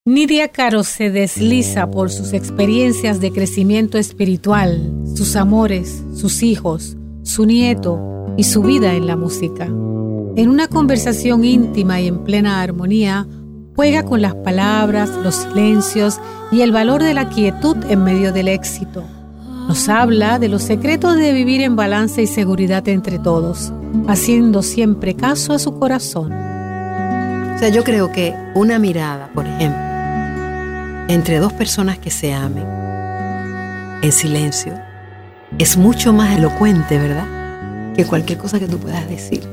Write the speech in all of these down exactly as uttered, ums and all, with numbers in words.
Nidia Caro se desliza por sus experiencias de crecimiento espiritual, sus amores, sus hijos, su nieto y su vida en la música. En una conversación íntima y en plena armonía, juega con las palabras, los silencios y el valor de la quietud en medio del éxito. Nos habla de los secretos de vivir en balance y seguridad entre todos, haciendo siempre caso a su corazón. O sea, yo creo que una mirada, por ejemplo, entre dos personas que se amen, en silencio, es mucho más elocuente, ¿verdad?, que cualquier cosa que tú puedas decir.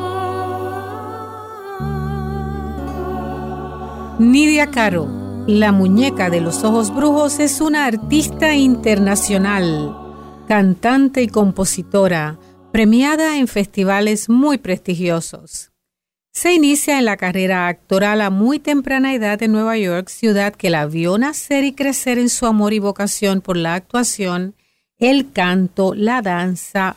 Nidia Caro, la muñeca de los ojos brujos, es una artista internacional, cantante y compositora, premiada en festivales muy prestigiosos. Se inicia en la carrera actoral a muy temprana edad en Nueva York, ciudad que la vio nacer y crecer en su amor y vocación por la actuación, el canto, la danza,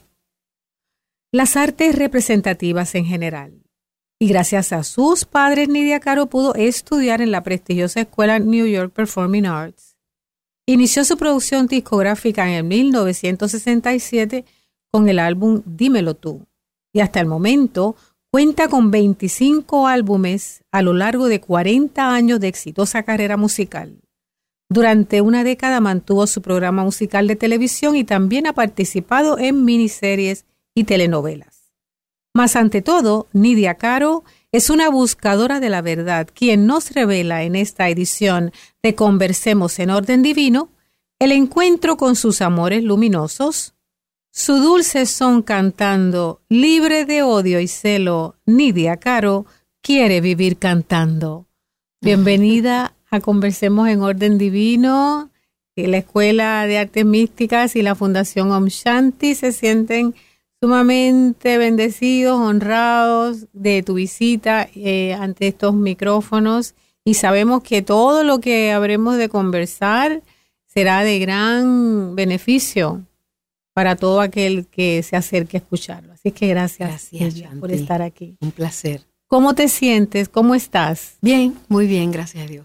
las artes representativas en general. Y gracias a sus padres, Nidia Caro pudo estudiar en la prestigiosa escuela New York Performing Arts. Inició su producción discográfica en el mil novecientos sesenta y siete con el álbum Dímelo Tú, y hasta el momento cuenta con veinticinco álbumes a lo largo de cuarenta años de exitosa carrera musical. Durante una década mantuvo su programa musical de televisión y también ha participado en miniseries y telenovelas. Mas ante todo, Nidia Caro es una buscadora de la verdad, quien nos revela en esta edición de Conversemos en Orden Divino el encuentro con sus amores luminosos, su dulce son cantando, libre de odio y celo. Nidia Caro quiere vivir cantando. Bienvenida a Conversemos en Orden Divino. La Escuela de Artes Místicas y la Fundación Om Shanti se sienten sumamente bendecidos, honrados de tu visita eh, ante estos micrófonos, y sabemos que todo lo que habremos de conversar será de gran beneficio para todo aquel que se acerque a escucharlo. Así que gracias, gracias ella, por estar aquí. Un placer. ¿Cómo te sientes? ¿Cómo estás? Bien, muy bien, gracias a Dios.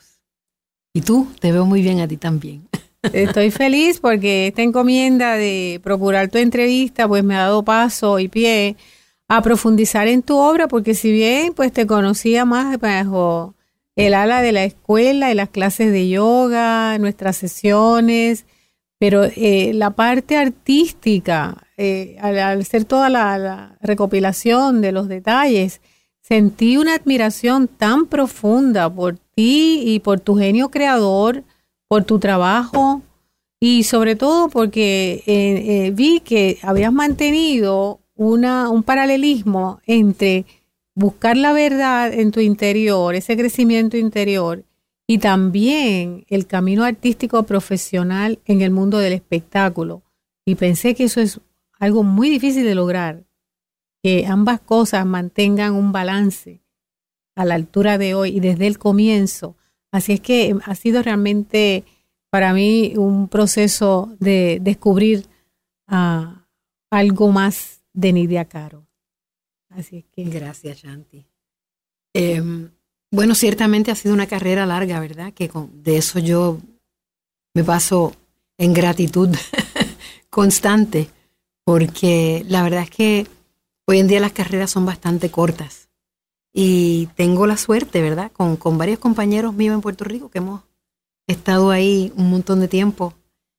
Y tú, te veo muy bien a ti también. Estoy feliz porque esta encomienda de procurar tu entrevista pues me ha dado paso y pie a profundizar en tu obra, porque si bien pues te conocía más bajo el ala de la escuela y las clases de yoga, nuestras sesiones, pero eh, la parte artística, eh, al, al hacer toda la, la recopilación de los detalles, sentí una admiración tan profunda por ti y por tu genio creador, por tu trabajo, y sobre todo porque eh, eh, vi que habías mantenido una, un paralelismo entre buscar la verdad en tu interior, ese crecimiento interior, y también el camino artístico profesional en el mundo del espectáculo. Y pensé que eso es algo muy difícil de lograr, que ambas cosas mantengan un balance a la altura de hoy y desde el comienzo. Así es que ha sido realmente para mí un proceso de descubrir uh, algo más de Nidia Caro. Así es que gracias, Shanti. Eh, bueno, ciertamente ha sido una carrera larga, ¿verdad? Que con, de eso yo me paso en gratitud constante, porque la verdad es que hoy en día las carreras son bastante cortas. Y tengo la suerte, ¿verdad?, con, con varios compañeros míos en Puerto Rico que hemos estado ahí un montón de tiempo.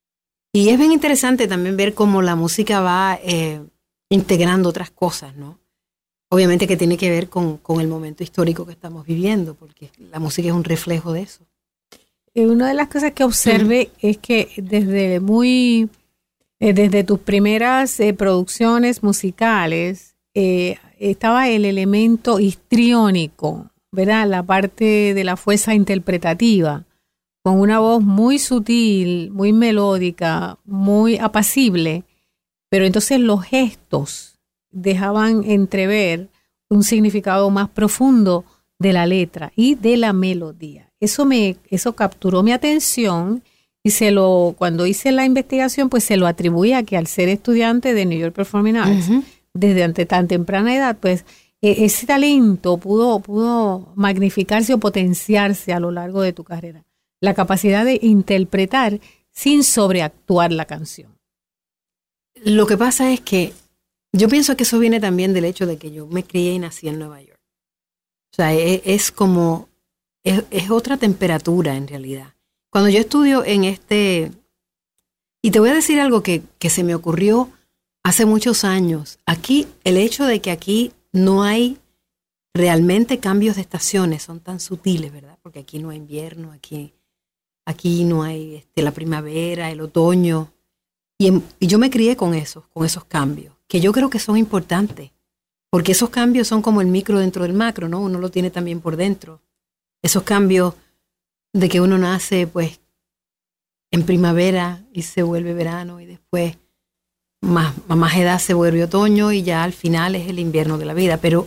Y es bien interesante también ver cómo la música va eh, integrando otras cosas, ¿no? Obviamente que tiene que ver con, con el momento histórico que estamos viviendo, porque la música es un reflejo de eso. Eh, una de las cosas que observé uh-huh. es que desde muy, eh, desde tus primeras eh, producciones musicales, eh, estaba el elemento histriónico, ¿verdad? La parte de la fuerza interpretativa, con una voz muy sutil, muy melódica, muy apacible, pero entonces los gestos dejaban entrever un significado más profundo de la letra y de la melodía. Eso me, eso capturó mi atención y se lo, cuando hice la investigación, pues se lo atribuía a que al ser estudiante de New York Performing Arts, uh-huh. desde ante tan temprana edad, pues eh, ese talento pudo, pudo magnificarse o potenciarse a lo largo de tu carrera? La capacidad de interpretar sin sobreactuar la canción. Lo que pasa es que yo pienso que eso viene también del hecho de que yo me crié y nací en Nueva York. O sea, es, es como, es, es otra temperatura en realidad. Cuando yo estudio en este, y te voy a decir algo que, que se me ocurrió hace muchos años. Aquí, el hecho de que aquí no hay realmente cambios de estaciones, son tan sutiles, ¿verdad? Porque aquí no hay invierno, aquí, aquí no hay este, la primavera, el otoño. Y, en, y yo me crié con esos, con esos cambios, que yo creo que son importantes, porque esos cambios son como el micro dentro del macro, ¿no? Uno lo tiene también por dentro. Esos cambios de que uno nace, pues, en primavera y se vuelve verano y después más, a más edad se vuelve otoño y ya al final es el invierno de la vida. Pero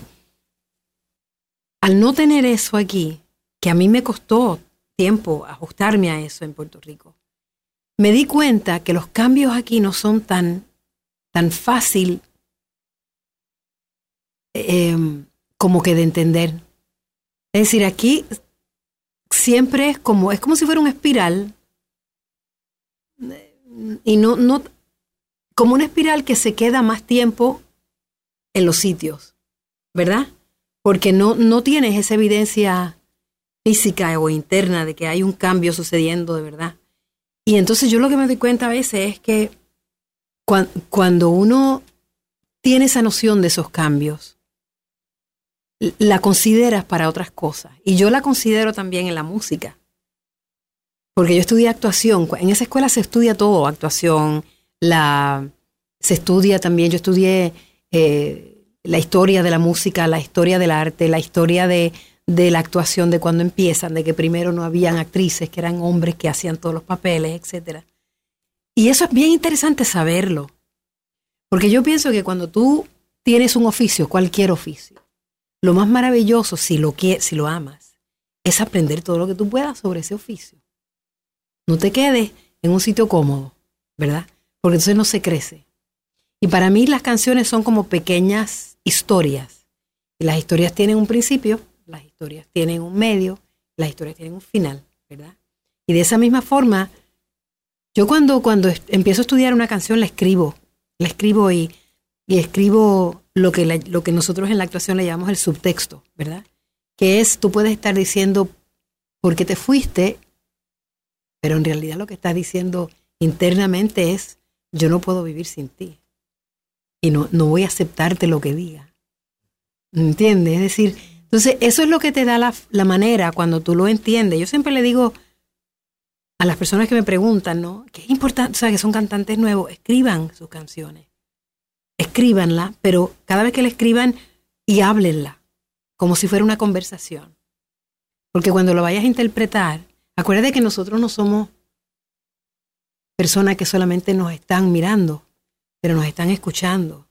al no tener eso aquí, que a mí me costó tiempo ajustarme a eso en Puerto Rico, me di cuenta que los cambios aquí no son tan, tan fácil eh, como que de entender. Es decir, aquí siempre es como, es como si fuera una espiral, y no, no, como una espiral que se queda más tiempo en los sitios, ¿verdad? Porque no, no tienes esa evidencia física o interna de que hay un cambio sucediendo de verdad. Y entonces yo lo que me doy cuenta a veces es que cuan, cuando uno tiene esa noción de esos cambios, la consideras para otras cosas. Y yo la considero también en la música. Porque yo estudié actuación. En esa escuela se estudia todo, actuación, la, se estudia también, yo estudié eh, la historia de la música, la historia del arte, la historia de, de la actuación, de cuando empiezan, de que primero no habían actrices, que eran hombres que hacían todos los papeles, etcétera. Y eso es bien interesante saberlo. Porque yo pienso que cuando tú tienes un oficio, cualquier oficio, lo más maravilloso, si lo, si lo amas, es aprender todo lo que tú puedas sobre ese oficio. No te quedes en un sitio cómodo, ¿verdad? Porque entonces no se crece. Y para mí las canciones son como pequeñas historias. Y las historias tienen un principio, las historias tienen un medio, las historias tienen un final, ¿verdad? Y de esa misma forma, yo cuando, cuando empiezo a estudiar una canción la escribo. La escribo y, y escribo lo que, la, lo que nosotros en la actuación le llamamos el subtexto, ¿verdad? Que es, tú puedes estar diciendo por qué te fuiste, pero en realidad lo que estás diciendo internamente es, yo no puedo vivir sin ti. Y no, no voy a aceptarte lo que diga. ¿Entiendes? Es decir, entonces eso es lo que te da la, la manera cuando tú lo entiendes. Yo siempre le digo a las personas que me preguntan, ¿no? Que es importante, o sea, que son cantantes nuevos, escriban sus canciones. Escríbanla, pero cada vez que la escriban y háblenla, como si fuera una conversación. Porque cuando lo vayas a interpretar, acuérdate que nosotros no somos personas que solamente nos están mirando, pero nos están escuchando.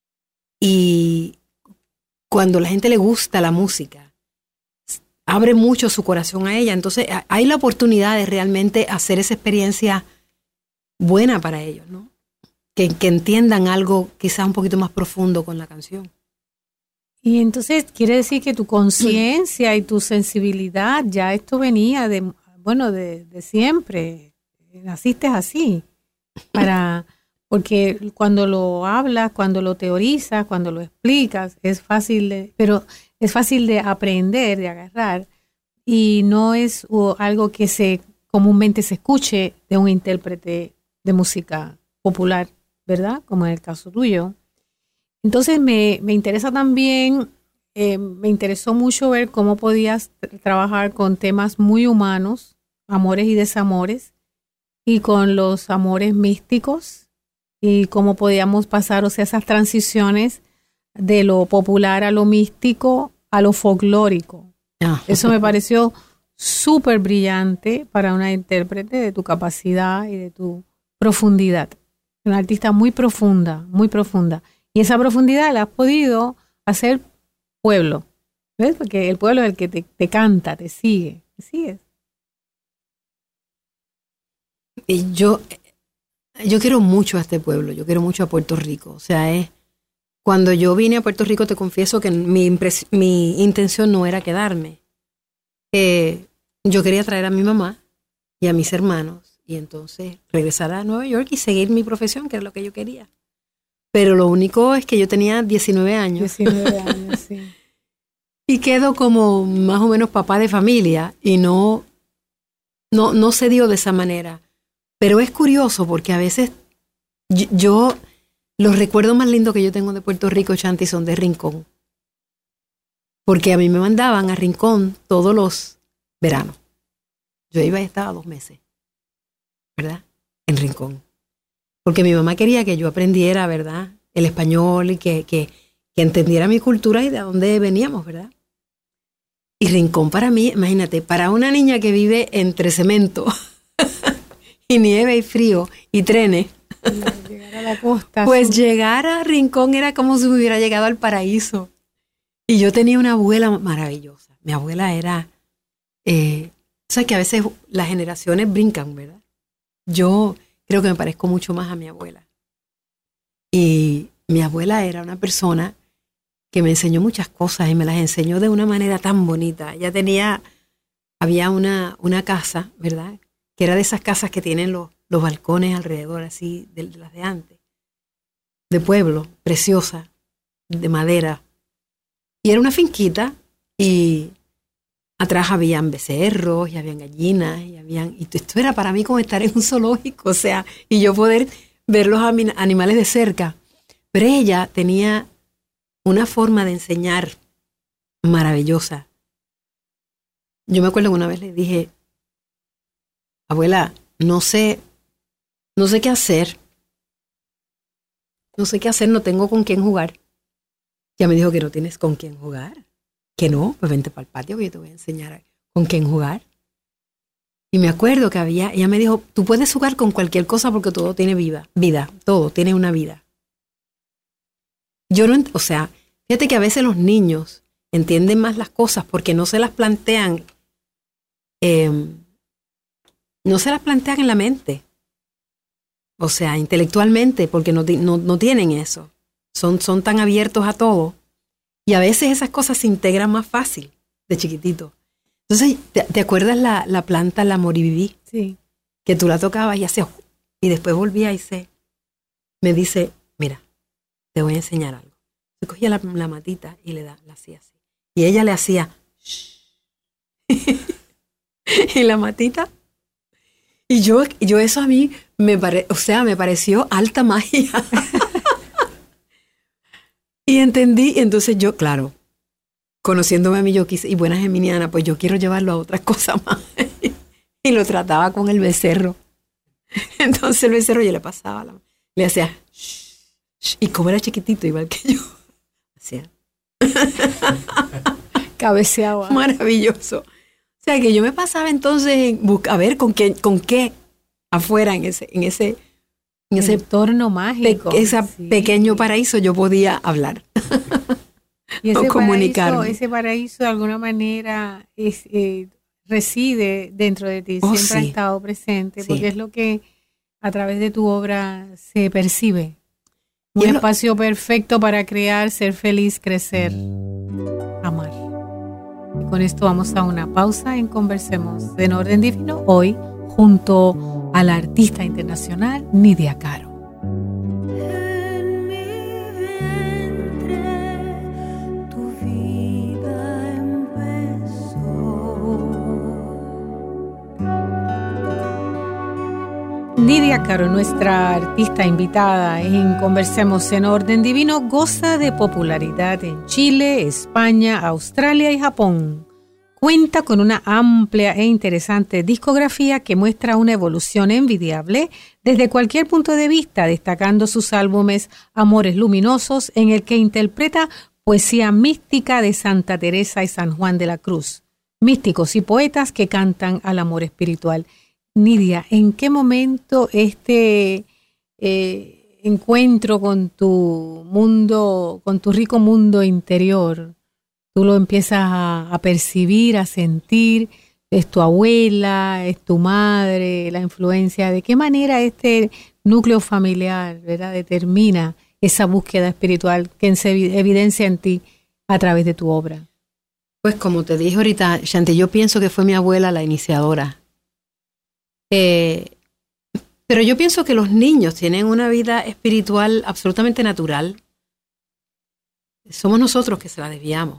Y cuando a la gente le gusta la música, abre mucho su corazón a ella. Entonces hay la oportunidad de realmente hacer esa experiencia buena para ellos, ¿no? Que, que entiendan algo quizás un poquito más profundo con la canción. Y entonces quiere decir que tu conciencia y tu sensibilidad, ya esto venía de, bueno, de, de siempre. Naciste así. Para, porque cuando lo hablas, cuando lo teorizas, cuando lo explicas, es fácil de, pero es fácil de aprender, de agarrar. Y no es uh, algo que se comúnmente se escuche de un intérprete de música popular, ¿verdad? Como en el caso tuyo. Entonces me, me interesa también, eh, me interesó mucho ver cómo podías trabajar con temas muy humanos, amores y desamores, y con los amores místicos, y cómo podíamos pasar, o sea, esas transiciones de lo popular a lo místico, a lo folclórico. Ah. Eso me pareció súper brillante para una intérprete de tu capacidad y de tu profundidad. Una artista muy profunda, muy profunda. Y esa profundidad la has podido hacer pueblo, ¿ves? Porque el pueblo es el que te, te canta, te sigue, te sigues. Y yo, yo quiero mucho a este pueblo, yo quiero mucho a Puerto Rico. O sea, es, cuando yo vine a Puerto Rico, te confieso que mi, impres- mi intención no era quedarme. Eh, yo quería traer a mi mamá y a mis hermanos y entonces regresar a Nueva York y seguir mi profesión, que era lo que yo quería. Pero lo único es que yo tenía diecinueve años. diecinueve años, sí. Y quedo como más o menos papá de familia y no, no, no se dio de esa manera. Pero es curioso porque a veces yo, yo los recuerdos más lindos que yo tengo de Puerto Rico, Chanti, son de Rincón. Porque a mí me mandaban a Rincón todos los veranos. Yo iba y estaba dos meses, ¿verdad? En Rincón. Porque mi mamá quería que yo aprendiera, ¿verdad? El español y que, que, que entendiera mi cultura y de dónde veníamos, ¿verdad? Y Rincón para mí, imagínate, para una niña que vive entre cemento y nieve y frío y trenes, Llegar a la costa. pues sur. llegar a Rincón era como si hubiera llegado al paraíso. Y yo tenía una abuela maravillosa. Mi abuela era, eh, o sea que a veces las generaciones brincan, ¿verdad? Yo creo que me parezco mucho más a mi abuela. Y mi abuela era una persona que me enseñó muchas cosas y me las enseñó de una manera tan bonita. Ella tenía, había una, una casa, ¿verdad? Que era de esas casas que tienen los, los balcones alrededor, así, de, de las de antes, de pueblo, preciosa, de madera. Y era una finquita y atrás habían becerros y habían gallinas y habían, y esto era para mí como estar en un zoológico, o sea, y yo poder ver los animales de cerca. Pero ella tenía una forma de enseñar maravillosa. Yo me acuerdo que una vez le dije, abuela, no sé, no sé qué hacer. No sé qué hacer, no tengo con quién jugar. Ya me dijo que no tienes con quién jugar. Que no, pues vente para el patio que yo te voy a enseñar con quién jugar. Y me acuerdo que había, ella me dijo, tú puedes jugar con cualquier cosa porque todo tiene vida, vida, todo tiene una vida. Yo no, o sea, fíjate que a veces los niños entienden más las cosas porque no se las plantean, eh, no se las plantean en la mente. O sea, intelectualmente, porque no, no, no tienen eso. Son, son tan abiertos a todo. Y a veces esas cosas se integran más fácil de chiquitito. Entonces, ¿te, te acuerdas la, la planta, la moribibí? Sí. Que tú la tocabas y hacía, y después volvía y se, me dice, mira, te voy a enseñar algo. Se cogía la, la matita y le da, la hacía así. Y ella le hacía, y la matita. Y yo, yo eso a mí, me pare, o sea, me pareció alta magia. Y entendí, entonces yo, claro, conociéndome a mí, yo quise, y buena geminiana, pues yo quiero llevarlo a otras cosas más. Y lo trataba con el becerro. Entonces el becerro yo le pasaba, la, le hacía, shh, shh, y como era chiquitito, igual que yo, hacía. Cabeceaba. Maravilloso. O sea que yo me pasaba entonces a ver con qué, con qué afuera en ese, en ese, en ese entorno mágico. Pe, ese sí. pequeño paraíso yo podía hablar. Y ese o comunicarme. Paraíso, ese paraíso de alguna manera es, eh, reside dentro de ti, oh, siempre sí. ha estado presente, sí. porque es lo que a través de tu obra se percibe. Un lo... espacio perfecto para crear, ser feliz, crecer, amar. Y con esto vamos a una pausa en Conversemos en Orden Divino, hoy junto a la artista internacional Nidia Caro. Nidia Caro, nuestra artista invitada en Conversemos en Orden Divino, goza de popularidad en Chile, España, Australia y Japón. Cuenta con una amplia e interesante discografía que muestra una evolución envidiable desde cualquier punto de vista, destacando sus álbumes Amores Luminosos, en el que interpreta poesía mística de Santa Teresa y San Juan de la Cruz, místicos y poetas que cantan al amor espiritual. Nidia, ¿en qué momento este eh, encuentro con tu mundo, con tu rico mundo interior, tú lo empiezas a, a percibir, a sentir? ¿Es tu abuela, es tu madre, la influencia? ¿De qué manera este núcleo familiar, ¿verdad?, determina esa búsqueda espiritual que se evidencia en ti a través de tu obra? Pues como te dije ahorita, Shanti, yo pienso que fue mi abuela la iniciadora. Eh, pero yo pienso que los niños tienen una vida espiritual absolutamente natural. Somos nosotros que se la desviamos.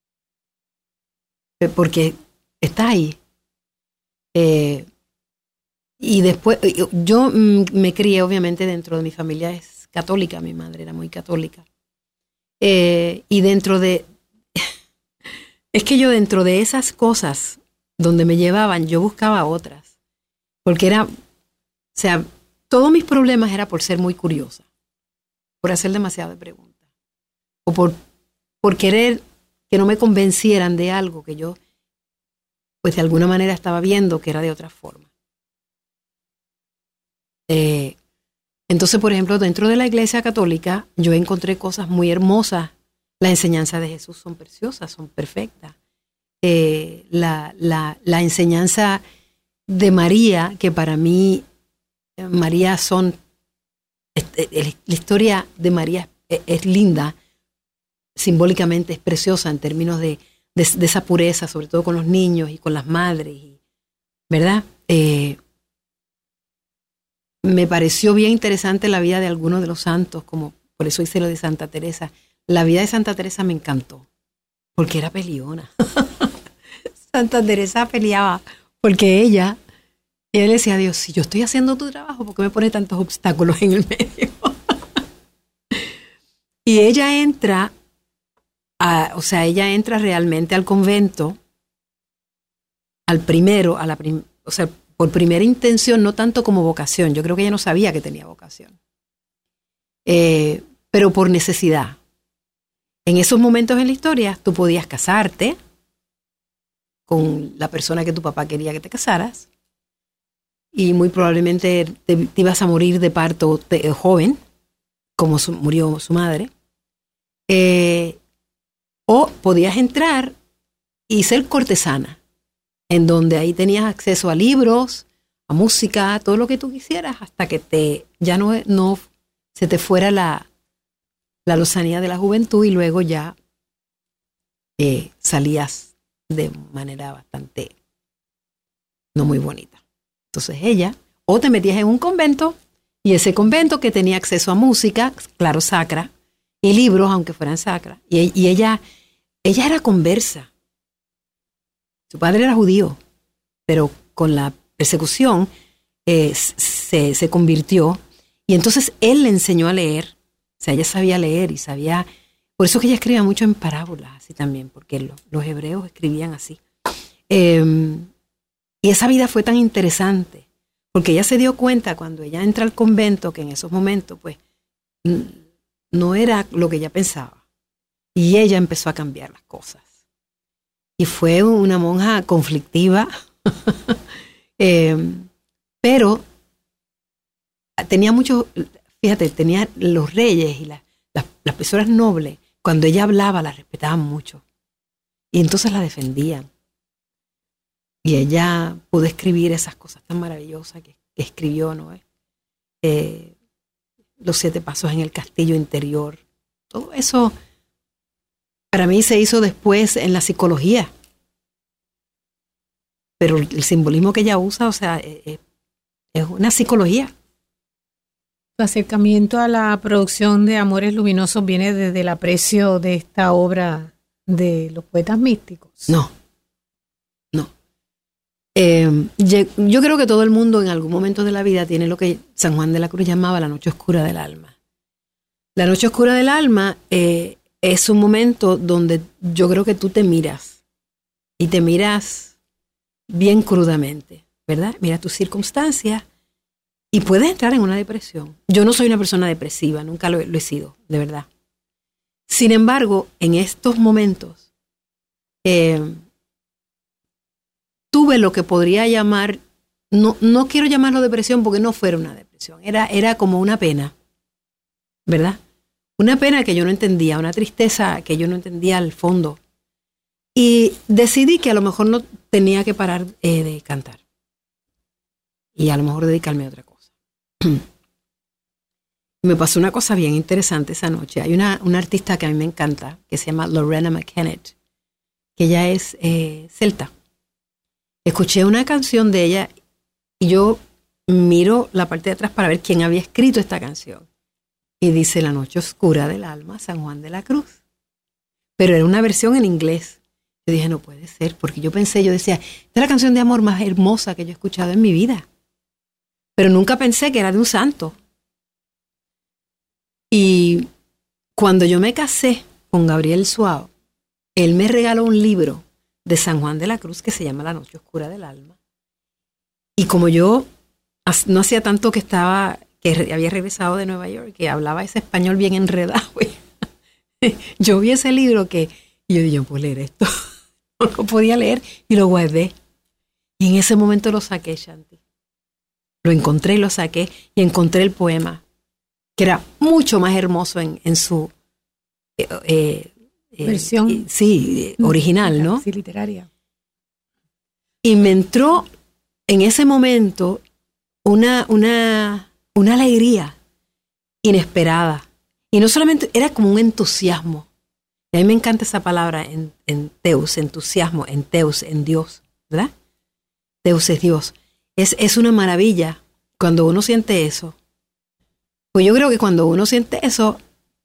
Porque está ahí. Eh, y después, yo me crié obviamente dentro de mi familia es católica, mi madre era muy católica. Eh, y dentro de, es que yo dentro de esas cosas donde me llevaban, yo buscaba otras. Porque era, o sea, todos mis problemas era por ser muy curiosa, por hacer demasiadas preguntas, o por, por querer que no me convencieran de algo que yo, pues de alguna manera estaba viendo que era de otra forma. Eh, entonces, por ejemplo, dentro de la Iglesia Católica, yo encontré cosas muy hermosas. Las enseñanzas de Jesús son preciosas, son perfectas. Eh, la, la, la enseñanza de María, que para mí, María son, la historia de María es, es linda, simbólicamente es preciosa en términos de, de, de esa pureza, sobre todo con los niños y con las madres, ¿verdad? Eh, me pareció bien interesante la vida de algunos de los santos, como por eso hice lo de Santa Teresa. La vida de Santa Teresa me encantó, porque era peleona. Santa Teresa peleaba, porque ella, ella le decía a Dios, si yo estoy haciendo tu trabajo, ¿por qué me pone tantos obstáculos en el medio? Y ella entra, a, o sea, ella entra realmente al convento, al primero, a la prim, o sea, por primera intención, no tanto como vocación. Yo creo que ella no sabía que tenía vocación. Eh, pero por necesidad. En esos momentos en la historia, tú podías casarte con la persona que tu papá quería que te casaras y muy probablemente te, te ibas a morir de parto te, joven, como su, murió su madre. Eh, o podías entrar y ser cortesana, en donde ahí tenías acceso a libros, a música, a todo lo que tú quisieras, hasta que te ya no, no se te fuera la, la lozanía de la juventud y luego ya eh, salías de manera bastante no muy bonita. Entonces ella, o te metías en un convento, y ese convento que tenía acceso a música, claro, sacra, y libros, aunque fueran sacra, y, y ella, ella era conversa. Su padre era judío, pero con la persecución eh, se, se convirtió, y entonces él le enseñó a leer. O sea, ella sabía leer y sabía, por eso que ella escribía mucho en parábolas, así también, porque lo, los hebreos escribían así. Eh, y esa vida fue tan interesante, porque ella se dio cuenta cuando ella entra al convento, que en esos momentos, pues, no era lo que ella pensaba. Y ella empezó a cambiar las cosas. Y fue una monja conflictiva, eh, pero tenía mucho, fíjate, tenía los reyes y la, las, las personas nobles, cuando ella hablaba la respetaban mucho. Y entonces la defendían. Y ella pudo escribir esas cosas tan maravillosas que, que escribió, ¿no? Eh, los siete pasos en el castillo interior. Todo eso para mí se hizo después en la psicología. Pero el simbolismo que ella usa, o sea, es, es una psicología. Tu acercamiento a la producción de Amores Luminosos viene desde el aprecio de esta obra de los poetas místicos. No, no. Eh, yo creo que todo el mundo en algún momento de la vida tiene lo que San Juan de la Cruz llamaba la noche oscura del alma. La noche oscura del alma eh, es un momento donde yo creo que tú te miras y te miras bien crudamente, ¿verdad? Miras tus circunstancias y puedes entrar en una depresión. Yo no soy una persona depresiva, nunca lo, lo he sido, de verdad. Sin embargo, en estos momentos eh, tuve lo que podría llamar, no, no quiero llamarlo depresión porque no fuera una depresión, era, era como una pena, ¿verdad? Una pena que yo no entendía, una tristeza que yo no entendía al fondo. Y decidí que a lo mejor no tenía que parar eh, de cantar. Y a lo mejor dedicarme a otra cosa. Me pasó una cosa bien interesante esa noche. Hay una, una artista que a mí me encanta, que se llama Lorena McKennett, que ella es eh, celta. Escuché una canción de ella y yo miro la parte de atrás para ver quién había escrito esta canción. Y dice La noche oscura del alma, San Juan de la Cruz. Pero era una versión en inglés. Yo dije, no puede ser, porque yo pensé, yo decía, esta es la canción de amor más hermosa que yo he escuchado en mi vida. Pero nunca pensé que era de un santo. Y cuando yo me casé con Gabriel Suao, él me regaló un libro de San Juan de la Cruz que se llama La noche oscura del alma. Y como yo no hacía tanto que estaba, que había regresado de Nueva York, que hablaba ese español bien enredado, yo vi ese libro que, y yo dije, yo puedo leer esto. No lo podía leer y lo guardé. Y en ese momento lo saqué, Shanti. Lo encontré y lo saqué y encontré el poema, que era mucho más hermoso en, en su eh, eh, versión. Eh, sí, original, ¿no? Sí, literaria. Y me entró en ese momento una, una, una alegría inesperada. Y no solamente, era como un entusiasmo. Y a mí me encanta esa palabra en, en Teus, entusiasmo, en Teus, en Dios, ¿verdad? Teus es Dios. Es, es una maravilla cuando uno siente eso. Pues yo creo que cuando uno siente eso,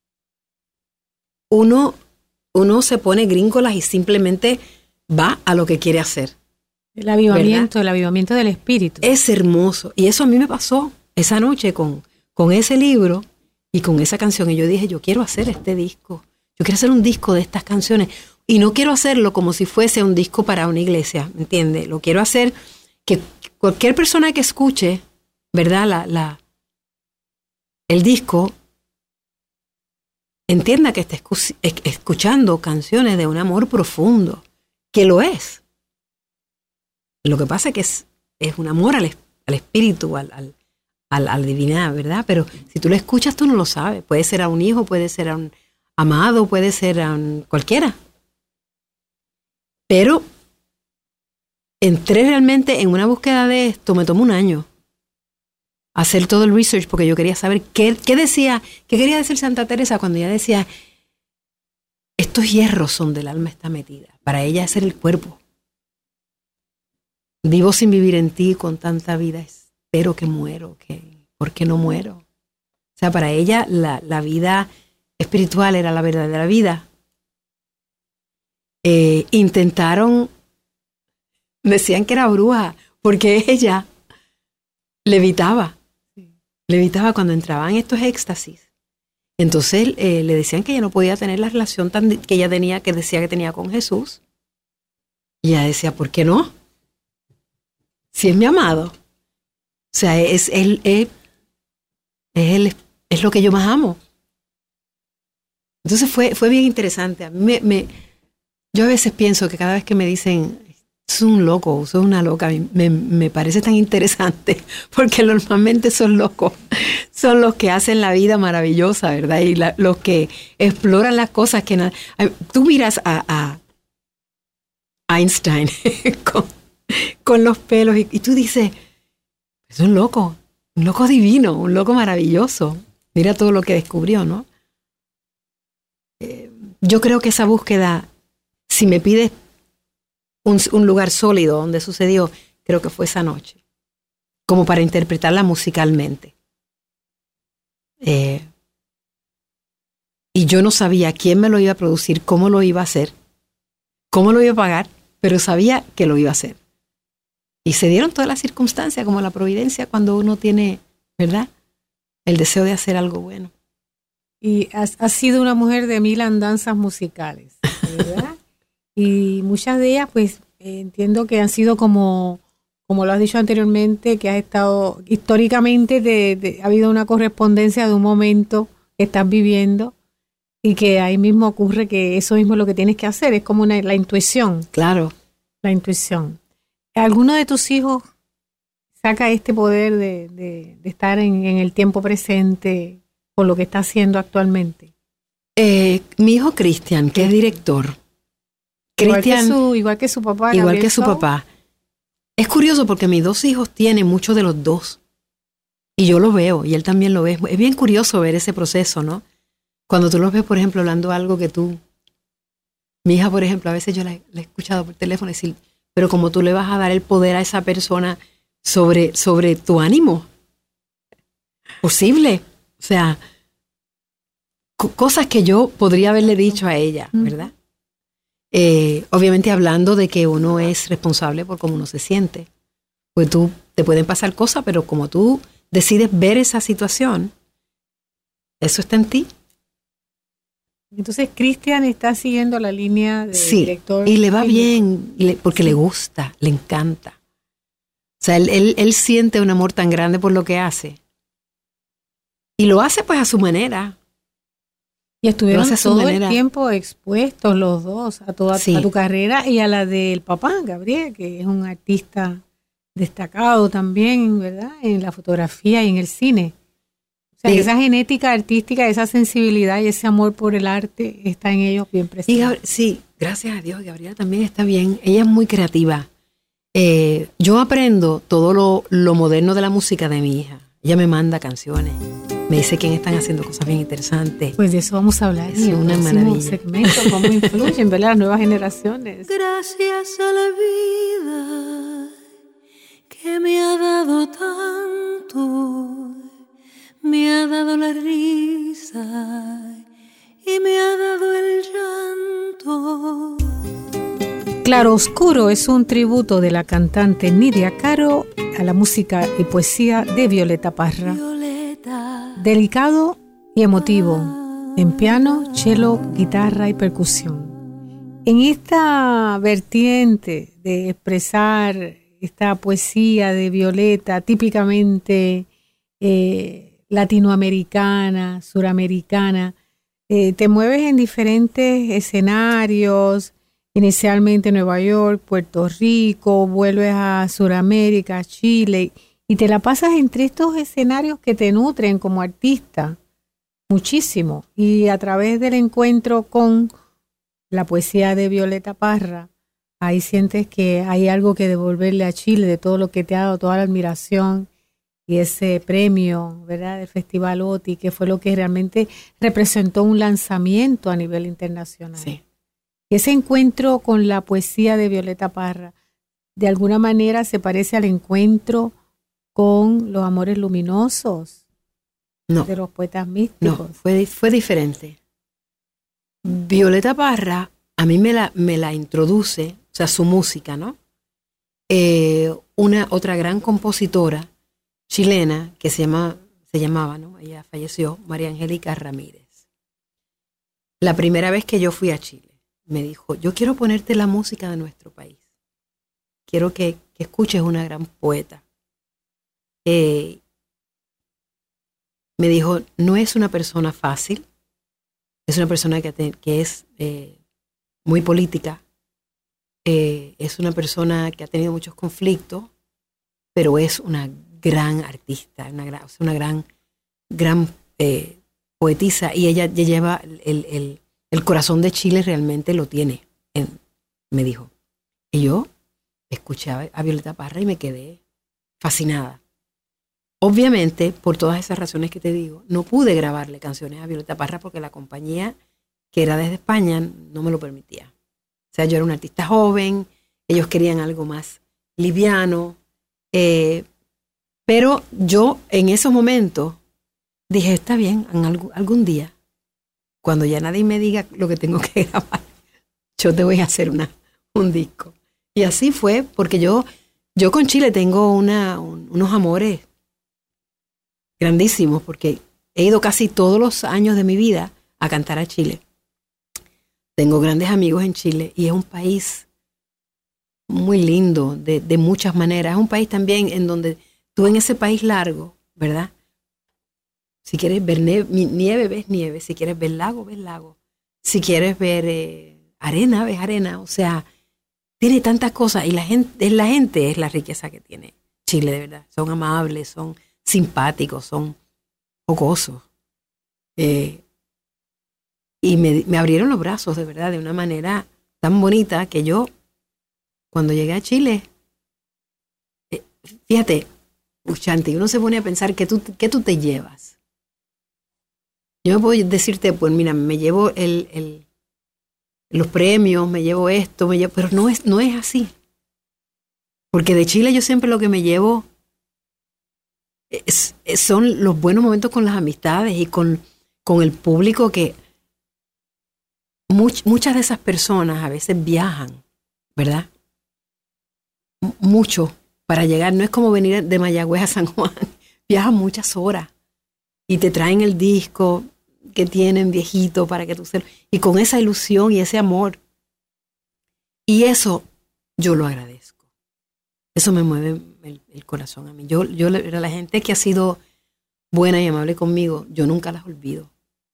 uno, uno se pone gringolas y simplemente va a lo que quiere hacer. El avivamiento, ¿verdad? El avivamiento del espíritu. Es hermoso. Y eso a mí me pasó esa noche con, con ese libro y con esa canción. Y yo dije, yo quiero hacer este disco. Yo quiero hacer un disco de estas canciones. Y no quiero hacerlo como si fuese un disco para una iglesia, ¿me entiendes? Lo quiero hacer que cualquier persona que escuche, ¿verdad? La, la, el disco, entienda que está escu- escuchando canciones de un amor profundo, que lo es. Lo que pasa es que es, es un amor al, al espíritu, al, al, al, a la divinidad, ¿verdad? Pero si tú lo escuchas, tú no lo sabes. Puede ser a un hijo, puede ser a un amado, puede ser a un, cualquiera. Pero entré realmente en una búsqueda de esto, me tomó un año hacer todo el research porque yo quería saber qué, qué decía, qué quería decir Santa Teresa cuando ella decía, estos hierros son del alma está metida. Para ella ese era el cuerpo. Vivo sin vivir en ti con tanta vida, espero que muero, que, ¿por qué no muero? O sea, para ella la, la vida espiritual era la verdadera vida. Eh, intentaron, decían que era bruja, porque ella levitaba, levitaba cuando entraba en estos éxtasis. Entonces eh, le decían que ella no podía tener la relación tan, que ella tenía, que decía que tenía con Jesús. Y ella decía, ¿por qué no? Si es mi amado. O sea, es, él, es, es, él, es lo que yo más amo. Entonces fue, fue bien interesante. A mí me, me, yo a veces pienso que cada vez que me dicen, es un loco, sos una loca, me, me parece tan interesante, porque normalmente esos locos son los que hacen la vida maravillosa, ¿verdad? Y la, los que exploran las cosas que... Na, tú miras a, a Einstein con, con los pelos y, y tú dices, es un loco, un loco divino, un loco maravilloso. Mira todo lo que descubrió, ¿no? Eh, yo creo que esa búsqueda, si me pides un, un lugar sólido donde sucedió, creo que fue esa noche, como para interpretarla musicalmente. Eh, y yo no sabía quién me lo iba a producir, cómo lo iba a hacer, cómo lo iba a pagar, pero sabía que lo iba a hacer. Y se dieron todas las circunstancias, como la providencia, cuando uno tiene, ¿verdad?, el deseo de hacer algo bueno. Y has, has sido una mujer de mil andanzas musicales, ¿verdad? Y muchas de ellas, pues, eh, entiendo que han sido como, como lo has dicho anteriormente, que has estado, históricamente te, te, ha habido una correspondencia de un momento que estás viviendo y que ahí mismo ocurre que eso mismo es lo que tienes que hacer, es como una, la intuición. Claro. La intuición. ¿Alguno de tus hijos saca este poder de, de, de estar en, en el tiempo presente con lo que está haciendo actualmente? Eh, mi hijo Cristian, que es director. Igual, Cristian, que su, igual que su papá. Igual Gabriel que su Suao. papá. Es curioso porque mis dos hijos tienen mucho de los dos. Y yo lo veo, y él también lo ve. Es bien curioso ver ese proceso, ¿no? Cuando tú los ves, por ejemplo, hablando algo que tú... Mi hija, por ejemplo, a veces yo la, la he escuchado por teléfono decir, pero como tú le vas a dar el poder a esa persona sobre, sobre tu ánimo. Posible. O sea, co- cosas que yo podría haberle dicho a ella, ¿verdad? Eh, obviamente hablando de que uno es responsable por cómo uno se siente. Pues tú, te pueden pasar cosas, pero como tú decides ver esa situación, eso está en ti. Entonces, Cristian está siguiendo la línea del Sí, director. y le va técnico. bien, le- porque Sí. le gusta, le encanta. O sea, él, él, él siente un amor tan grande por lo que hace. Y lo hace pues a su manera. Y estuvieron Lo hace a su todo manera. el tiempo expuestos los dos a toda Sí. a tu carrera y a la del papá, Gabriel, que es un artista destacado también, ¿verdad? En la fotografía y en el cine. O sea, Sí. que esa genética artística, esa sensibilidad y ese amor por el arte está en ellos bien Y presente. Gabri- sí, gracias a Dios, Gabriela también está bien. Ella es muy creativa. Eh, yo aprendo todo lo, lo moderno de la música de mi hija. Ella me manda canciones. Me dice que están haciendo cosas bien interesantes. Pues de eso vamos a hablar Es en el una próximo maravilla. segmento, cómo influyen, ¿verdad? Las nuevas generaciones. Gracias a la vida que me ha dado tanto, me ha dado la risa y me ha dado el llanto. Claro Oscuro es un tributo de la cantante Nidia Caro a la música y poesía de Violeta Parra. Violeta, Delicado y emotivo, en piano, cello, guitarra y percusión. En esta vertiente de expresar esta poesía de Violeta, típicamente eh, latinoamericana, suramericana, eh, te mueves en diferentes escenarios, inicialmente Nueva York, Puerto Rico, vuelves a Suramérica, Chile, y te la pasas entre estos escenarios que te nutren como artista muchísimo. Y a través del encuentro con la poesía de Violeta Parra, ahí sientes que hay algo que devolverle a Chile de todo lo que te ha dado, toda la admiración y ese premio, ¿verdad?, del Festival O T I, que fue lo que realmente representó un lanzamiento a nivel internacional. Sí. Y ese encuentro con la poesía de Violeta Parra, de alguna manera se parece al encuentro con los amores luminosos No, de los poetas no, místicos. fue, fue diferente. Violeta Parra, a mí me la, me la introduce, o sea, su música, ¿no? Eh, una otra gran compositora chilena que se llama, se llamaba, ¿no? Ella falleció, María Angélica Ramírez. La primera vez que yo fui a Chile, me dijo, yo quiero ponerte la música de nuestro país. Quiero que, que escuches una gran poeta. Eh, me dijo, no es una persona fácil, es una persona que, te, que es eh, muy política, eh, es una persona que ha tenido muchos conflictos, pero es una gran artista, una gran, una gran, gran eh, poetisa, y ella, ella lleva el, el, el corazón de Chile, realmente lo tiene, en, me dijo. Y yo escuché a Violeta Parra y me quedé fascinada. Obviamente, por todas esas razones que te digo, no pude grabarle canciones a Violeta Parra porque la compañía, que era desde España, no me lo permitía. O sea, yo era una artista joven, ellos querían algo más liviano, eh, pero yo en esos momentos dije, está bien, en algún, algún día, cuando ya nadie me diga lo que tengo que grabar, yo te voy a hacer una, un disco. Y así fue, porque yo, yo con Chile tengo una, un, unos amores grandísimos, porque he ido casi todos los años de mi vida a cantar a Chile. Tengo grandes amigos en Chile y es un país muy lindo de, de muchas maneras. Es un país también en donde tú en ese país largo, ¿verdad? Si quieres ver nieve, ves nieve. Si quieres ver lago, ves lago. Si quieres ver eh, arena, ves arena. O sea, tiene tantas cosas y la gente, la gente es la riqueza que tiene Chile, de verdad. Son amables, son simpáticos, son jocosos. Eh, y me, me abrieron los brazos, de verdad, de una manera tan bonita que yo, cuando llegué a Chile, eh, fíjate, escuchante y uno se pone a pensar que tú, que tú te llevas. Yo me puedo decirte, pues mira, me llevo el, el, los premios, me llevo esto, me llevo, pero no es, no es así. Porque de Chile yo siempre lo que me llevo es, es, son los buenos momentos con las amistades y con, con el público que much, muchas de esas personas a veces viajan, ¿verdad? M- mucho para llegar. No es como venir de Mayagüez a San Juan. Viajan muchas horas y te traen el disco que tienen viejito para que tú se... Y con esa ilusión y ese amor. Y eso yo lo agradezco. Eso me mueve el, el corazón a mí. Yo, yo, la gente que ha sido buena y amable conmigo, yo nunca las olvido.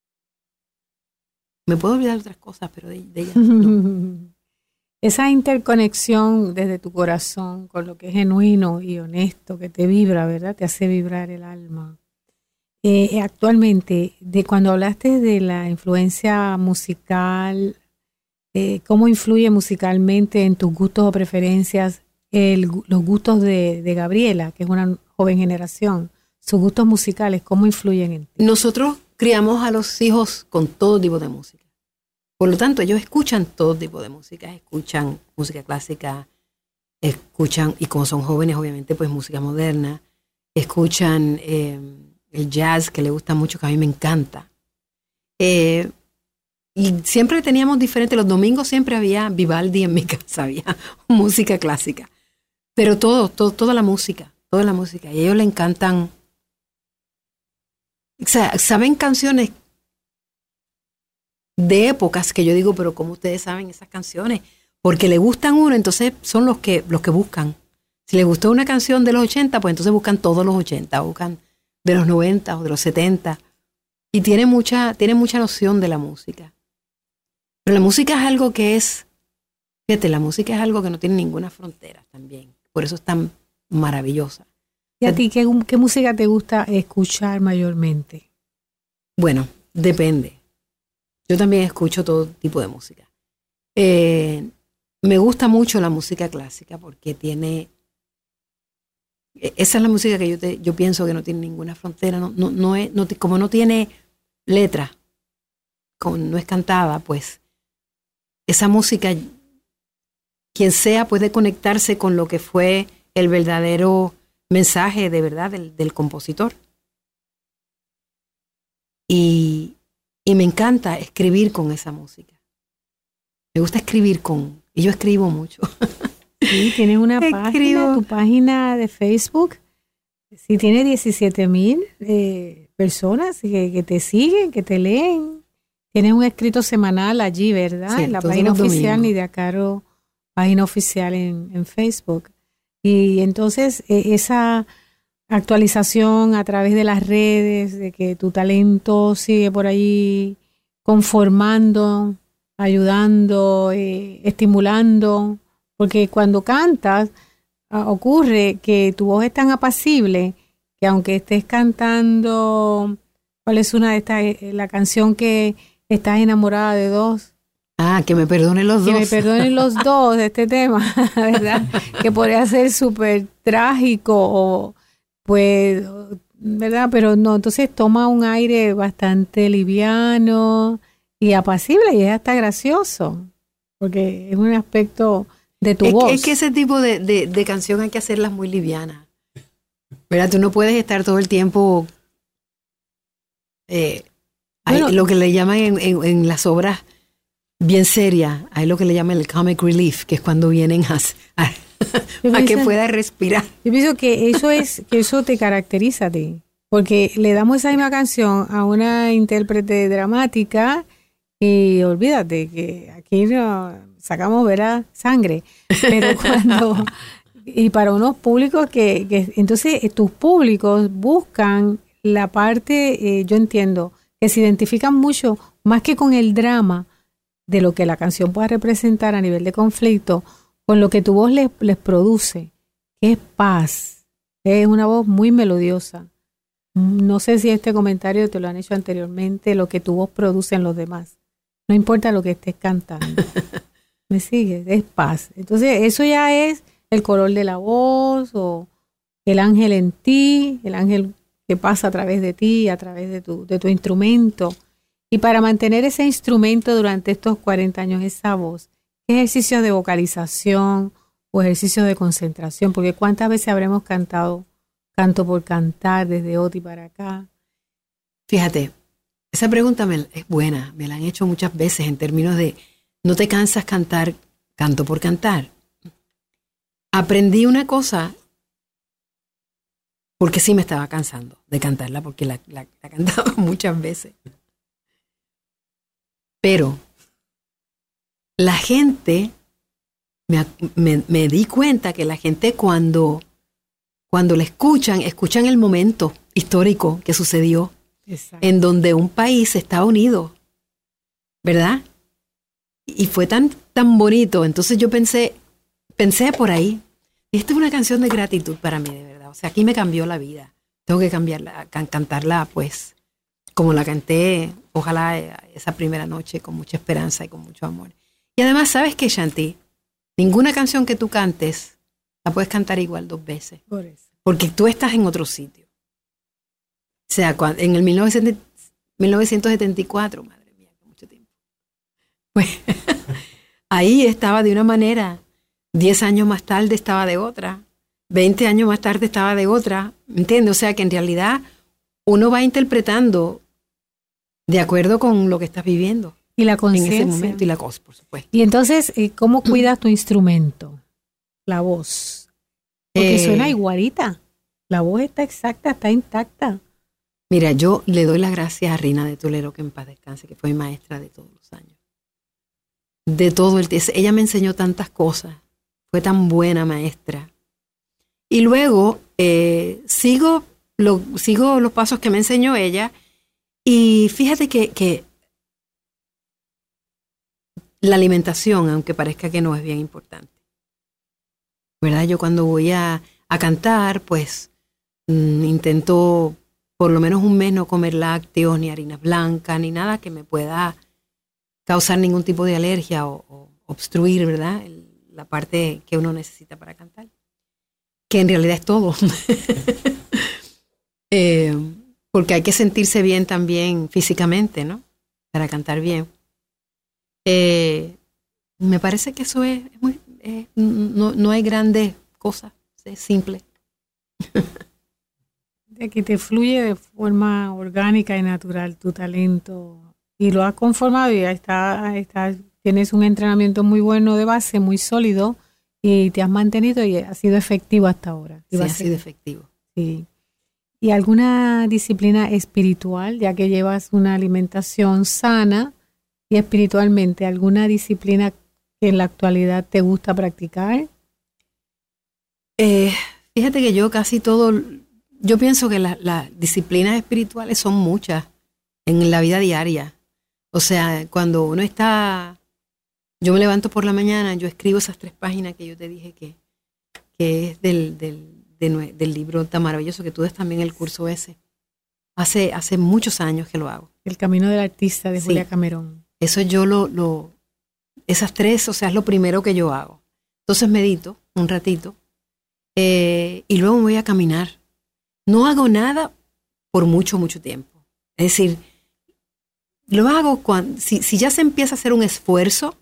Me puedo olvidar de otras cosas, pero de, de ellas no. Esa interconexión desde tu corazón con lo que es genuino y honesto, que te vibra, ¿verdad? Te hace vibrar el alma. Eh, actualmente, de cuando hablaste de la influencia musical, eh, ¿cómo influye musicalmente en tus gustos o preferencias el, los gustos de, de Gabriela, que es una joven generación? Sus gustos musicales, ¿cómo influyen en ti? Nosotros criamos a los hijos con todo tipo de música. Por lo tanto, ellos escuchan todo tipo de música, escuchan música clásica, escuchan, y como son jóvenes, obviamente, pues música moderna, escuchan eh, el jazz, que le gusta mucho, que a mí me encanta. Eh, y siempre teníamos diferente, los domingos siempre había Vivaldi en mi casa, había música clásica. Pero todo, todo, toda la música, toda la música. Y a ellos le encantan, o sea, saben canciones de épocas que yo digo, pero ¿cómo ustedes saben esas canciones? Porque le gustan uno, entonces son los que, los que buscan. Si les gustó una canción de los ochenta, pues entonces buscan todos los ochenta, buscan de los noventa o de los setenta. Y tiene mucha, tiene mucha noción de la música. Pero la música es algo que es, fíjate, la música es algo que no tiene ninguna frontera también. Por eso es tan maravillosa. ¿Y a ti qué, qué música te gusta escuchar mayormente? Bueno, depende. Yo también escucho todo tipo de música. Eh, me gusta mucho la música clásica porque tiene... Esa es la música que yo, te, yo pienso que no tiene ninguna frontera. No, no, no es, no, como no tiene letra, como no es cantada, pues esa música, quien sea puede conectarse con lo que fue el verdadero mensaje de verdad del, del compositor. Y... Y me encanta escribir con esa música. Me gusta escribir con... Y yo escribo mucho. Sí, tienes una página, tu página de Facebook. Sí, tiene diecisiete mil eh, personas que, que te siguen, que te leen. Tienes un escrito semanal allí, ¿verdad? Sí, en la página oficial domingos. Nidia Caro, página oficial en, en Facebook. Y entonces eh, esa... actualización a través de las redes, de que tu talento sigue por ahí conformando, ayudando, eh, estimulando, porque cuando cantas uh, ocurre que tu voz es tan apacible que aunque estés cantando, ¿cuál es una de estas? Eh, la canción que estás enamorada de dos. Ah, que me perdonen los que dos. Que me perdonen los dos de este tema, ¿verdad? Que podría ser súper trágico o pues, ¿verdad? Pero no, entonces toma un aire bastante liviano y apacible y es hasta gracioso, porque es un aspecto de tu es voz. Que, es que ese tipo de, de, de canción hay que hacerlas muy livianas, ¿verdad? Tú no puedes estar todo el tiempo, eh, bueno, hay lo que le llaman en, en, en las obras bien serias, hay lo que le llaman el comic relief, que es cuando vienen a... a a que pueda respirar. Yo pienso que eso es, que eso te caracteriza a ti, porque le damos esa misma canción a una intérprete dramática y olvídate que aquí no sacamos verá sangre, pero cuando y para unos públicos que, que entonces tus públicos buscan la parte, eh, yo entiendo, que se identifican mucho más que con el drama de lo que la canción pueda representar a nivel de conflicto, con lo que tu voz les, les produce, que es paz. Es una voz muy melodiosa. No sé si este comentario te lo han hecho anteriormente, lo que tu voz produce en los demás. No importa lo que estés cantando. ¿Me sigues? Es paz. Entonces, eso ya es el color de la voz o, el ángel en ti, el ángel que pasa a través de ti, a través de tu, de tu instrumento. Y para mantener ese instrumento durante estos cuarenta años, esa voz, ¿qué ejercicios de vocalización o ejercicios de concentración? Porque cuántas veces habremos cantado canto por cantar desde Oti para acá. Fíjate, esa pregunta me, es buena, me la han hecho muchas veces en términos de ¿no te cansas cantar canto por cantar? Aprendí una cosa porque sí me estaba cansando de cantarla, porque la, la, la cantaba muchas veces. Pero la gente, me, me, me di cuenta que la gente cuando, cuando la escuchan, escuchan el momento histórico que sucedió. Exacto. En donde un país está unido, ¿verdad? Y fue tan, tan bonito. Entonces yo pensé, pensé por ahí, esta es una canción de gratitud para mí, de verdad. O sea, aquí me cambió la vida. Tengo que cambiarla, can, cantarla, pues, como la canté, ojalá esa primera noche, con mucha esperanza y con mucho amor. Y además, ¿sabes qué, Shanti? Ninguna canción que tú cantes la puedes cantar igual dos veces. Por eso. Porque tú estás en otro sitio. O sea, en el mil novecientos setenta y cuatro, madre mía, que mucho tiempo. Pues ahí estaba de una manera, diez años más tarde estaba de otra, veinte años más tarde estaba de otra, ¿entiendes? O sea que en realidad uno va interpretando de acuerdo con lo que estás viviendo. Y la conciencia. En ese momento, y la cosa, por supuesto. Y entonces, ¿cómo cuidas tu instrumento? La voz. Porque eh, suena igualita. La voz está exacta, está intacta. Mira, yo le doy las gracias a Rina de Toledo, que en paz descanse, que fue mi maestra de todos los años. De todo el tiempo. Ella me enseñó tantas cosas. Fue tan buena maestra. Y luego eh, sigo, lo, sigo los pasos que me enseñó ella. Y fíjate que, que la alimentación, aunque parezca que no, es bien importante. ¿Verdad? Yo cuando voy a, a cantar, pues mmm, intento por lo menos un mes no comer lácteos, ni harinas blancas, ni nada que me pueda causar ningún tipo de alergia o, o obstruir, ¿verdad? El, la parte que uno necesita para cantar. Que en realidad es todo. eh, porque hay que sentirse bien también físicamente, ¿no? Para cantar bien. Eh, me parece que eso es, es muy... Eh, no, no hay grandes cosas, es simple. De que te fluye de forma orgánica y natural tu talento y lo has conformado y está, está, tienes un entrenamiento muy bueno de base, muy sólido y te has mantenido y ha sido efectivo hasta ahora. Sí, ha sido efectivo. Sí. ¿Y alguna disciplina espiritual, ya que llevas una alimentación sana y espiritualmente, alguna disciplina que en la actualidad te gusta practicar? Eh, fíjate que yo casi todo... Yo pienso que las la disciplinas espirituales son muchas en la vida diaria. O sea, cuando uno está... Yo me levanto por la mañana, yo escribo esas tres páginas que yo te dije que, que es del, del, de, del libro tan maravilloso que tú das también el curso ese. Hace, hace muchos años que lo hago. El Camino del Artista de sí. Julia Cameron. Eso yo lo, lo... Esas tres, o sea, es lo primero que yo hago. Entonces medito un ratito eh, y luego me voy a caminar. No hago nada por mucho, mucho tiempo. Es decir, lo hago cuando, si, si ya se empieza a hacer un esfuerzo,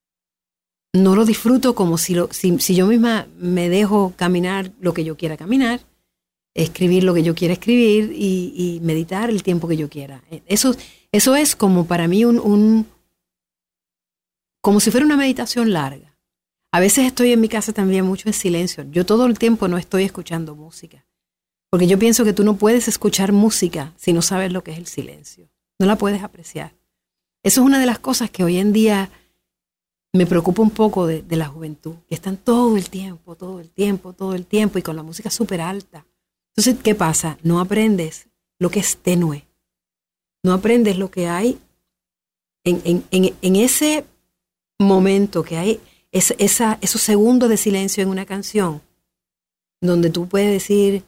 no lo disfruto como si, lo, si, si yo misma me dejo caminar lo que yo quiera caminar, escribir lo que yo quiera escribir y, y meditar el tiempo que yo quiera. Eso, eso es como para mí un, un, como si fuera una meditación larga. A veces estoy en mi casa también mucho en silencio. Yo todo el tiempo no estoy escuchando música. Porque yo pienso que tú no puedes escuchar música si no sabes lo que es el silencio. No la puedes apreciar. Eso es una de las cosas que hoy en día me preocupa un poco de, de la juventud, que están todo el tiempo, todo el tiempo, todo el tiempo y con la música súper alta. Entonces, ¿qué pasa? No aprendes lo que es tenue. No aprendes lo que hay en, en, en, en ese momento que hay, es, esa, esos segundos de silencio en una canción, donde tú puedes decir...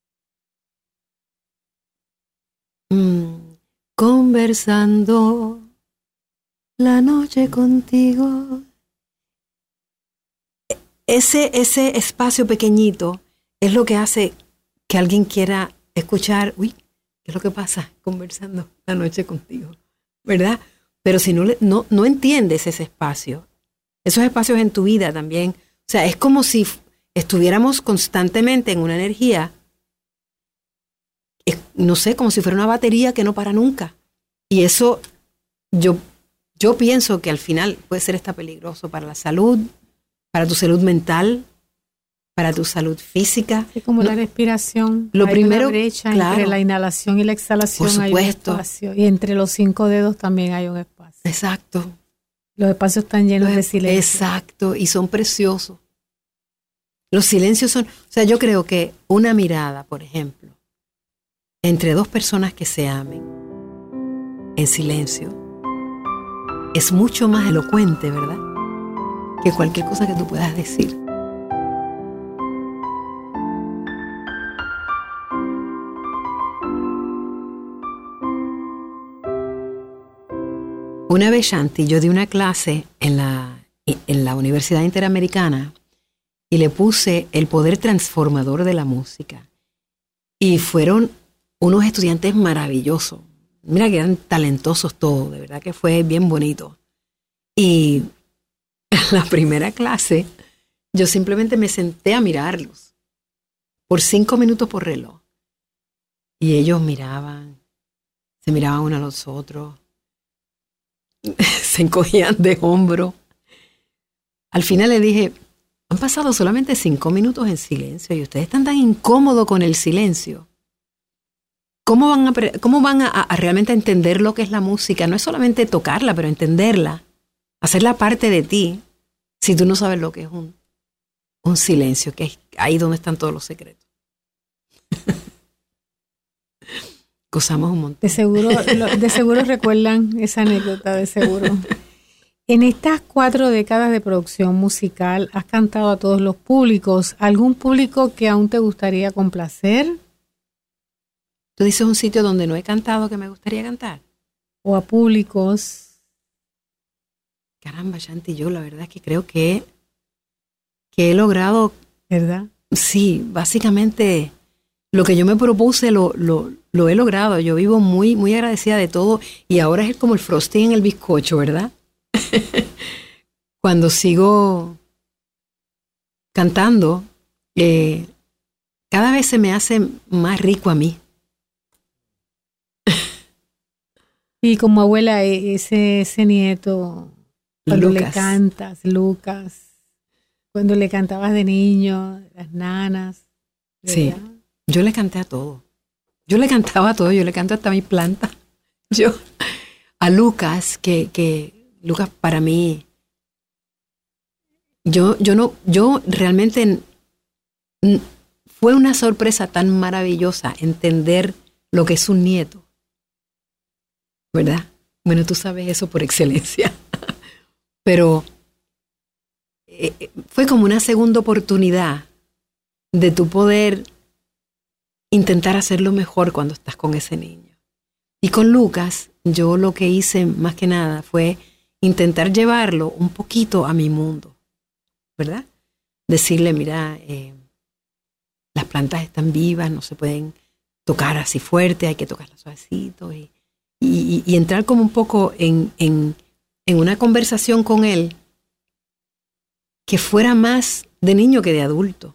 Mm, conversando la noche contigo. Ese, ese espacio pequeñito es lo que hace que alguien quiera escuchar, uy, ¿qué es lo que pasa conversando la noche contigo? ¿Verdad? Pero si no, le, no, no entiendes ese espacio, esos espacios en tu vida también, o sea, es como si estuviéramos constantemente en una energía, es, no sé, como si fuera una batería que no para nunca. Y eso, yo, yo pienso que al final puede ser hasta peligroso para la salud, para tu salud mental, para tu salud física. Es como no, la respiración. Lo hay primero, una brecha claro, entre la inhalación y la exhalación. por hay un supuesto. espacio. Y entre los cinco dedos también hay un espacio. Exacto. Los espacios están llenos Los, de silencio. Exacto, y son preciosos. Los silencios son, o sea, yo creo que una mirada, por ejemplo, entre dos personas que se amen, en silencio, es mucho más elocuente, ¿verdad? Que cualquier cosa que tú puedas decir. Una vez, Shanti, yo di una clase en la, en la Universidad Interamericana y le puse el poder transformador de la música. Y fueron unos estudiantes maravillosos. Mira que eran talentosos todos, de verdad que fue bien bonito. Y en la primera clase yo simplemente me senté a mirarlos por cinco minutos por reloj. Y ellos miraban, se miraban unos a los otros, se encogían de hombro. Al final le dije, han pasado solamente cinco minutos en silencio y ustedes están tan incómodos con el silencio. ¿Cómo van, a, cómo van a, a realmente entender lo que es la música? No es solamente tocarla, pero entenderla, hacerla parte de ti, si tú no sabes lo que es un, un silencio, que es ahí donde están todos los secretos. Gozamos un montón. De seguro, de seguro recuerdan esa anécdota, de seguro. En estas cuatro décadas de producción musical, ¿has cantado a todos los públicos? ¿Algún público que aún te gustaría complacer? ¿Tú dices un sitio donde no he cantado que me gustaría cantar? ¿O a públicos? Caramba, Shanti, yo la verdad es que creo que, que he logrado... ¿Verdad? Sí, básicamente lo que yo me propuse lo, lo, lo he logrado. Yo vivo muy, muy agradecida de todo y ahora es como el frosting en el bizcocho, ¿verdad? Cuando sigo cantando, eh, cada vez se me hace más rico a mí. Y como abuela, ese, ese nieto, cuando Lucas. le cantas, Lucas, cuando le cantabas de niño, las nanas. ¿verdad? Sí, yo le canté a todo. Yo le cantaba a todo, yo le canto hasta a mi planta. Yo, a Lucas, que, que Lucas para mí, yo, yo no, yo realmente fue una sorpresa tan maravillosa entender lo que es un nieto. ¿Verdad? Bueno, tú sabes eso por excelencia. Pero eh, fue como una segunda oportunidad de tu poder intentar hacerlo mejor cuando estás con ese niño. Y con Lucas, yo lo que hice más que nada fue intentar llevarlo un poquito a mi mundo, ¿verdad? Decirle, mira, eh, las plantas están vivas, no se pueden tocar así fuerte, hay que tocarlas suavecito y Y, y entrar como un poco en, en, en una conversación con él que fuera más de niño que de adulto.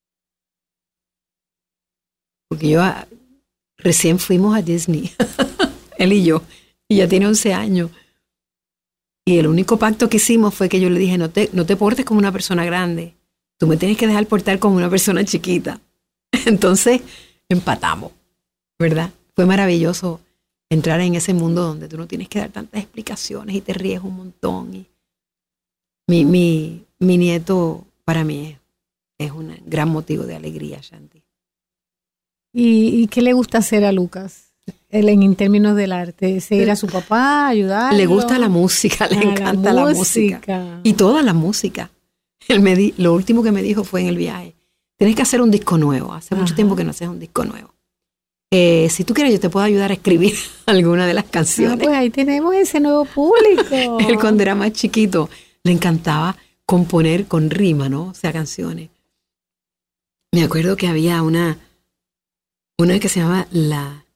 Porque yo a, recién fuimos a Disney, él y yo, y ya tiene once años. Y el único pacto que hicimos fue que yo le dije, no te, no te portes como una persona grande, tú me tienes que dejar portar como una persona chiquita. Entonces empatamos, ¿verdad? Fue maravilloso entrar en ese mundo donde tú no tienes que dar tantas explicaciones y te ríes un montón. Y mi, mi, mi nieto para mí es, es un gran motivo de alegría, Shanti. ¿Y, y qué le gusta hacer a Lucas? Él, en términos del arte, seguir a su papá, ayudarlo. Le gusta la música, le Ah, encanta la la música. música. Y toda la música. Él me di, lo último que me dijo fue en el viaje, tienes que hacer un disco nuevo. Hace Ajá. mucho tiempo que no haces un disco nuevo. Eh, si tú quieres, yo te puedo ayudar a escribir alguna de las canciones. Ah, pues ahí tenemos ese nuevo público. Él cuando era más chiquito le encantaba componer con rima, ¿no? O sea, canciones. Me acuerdo que había una, una que se llamaba la,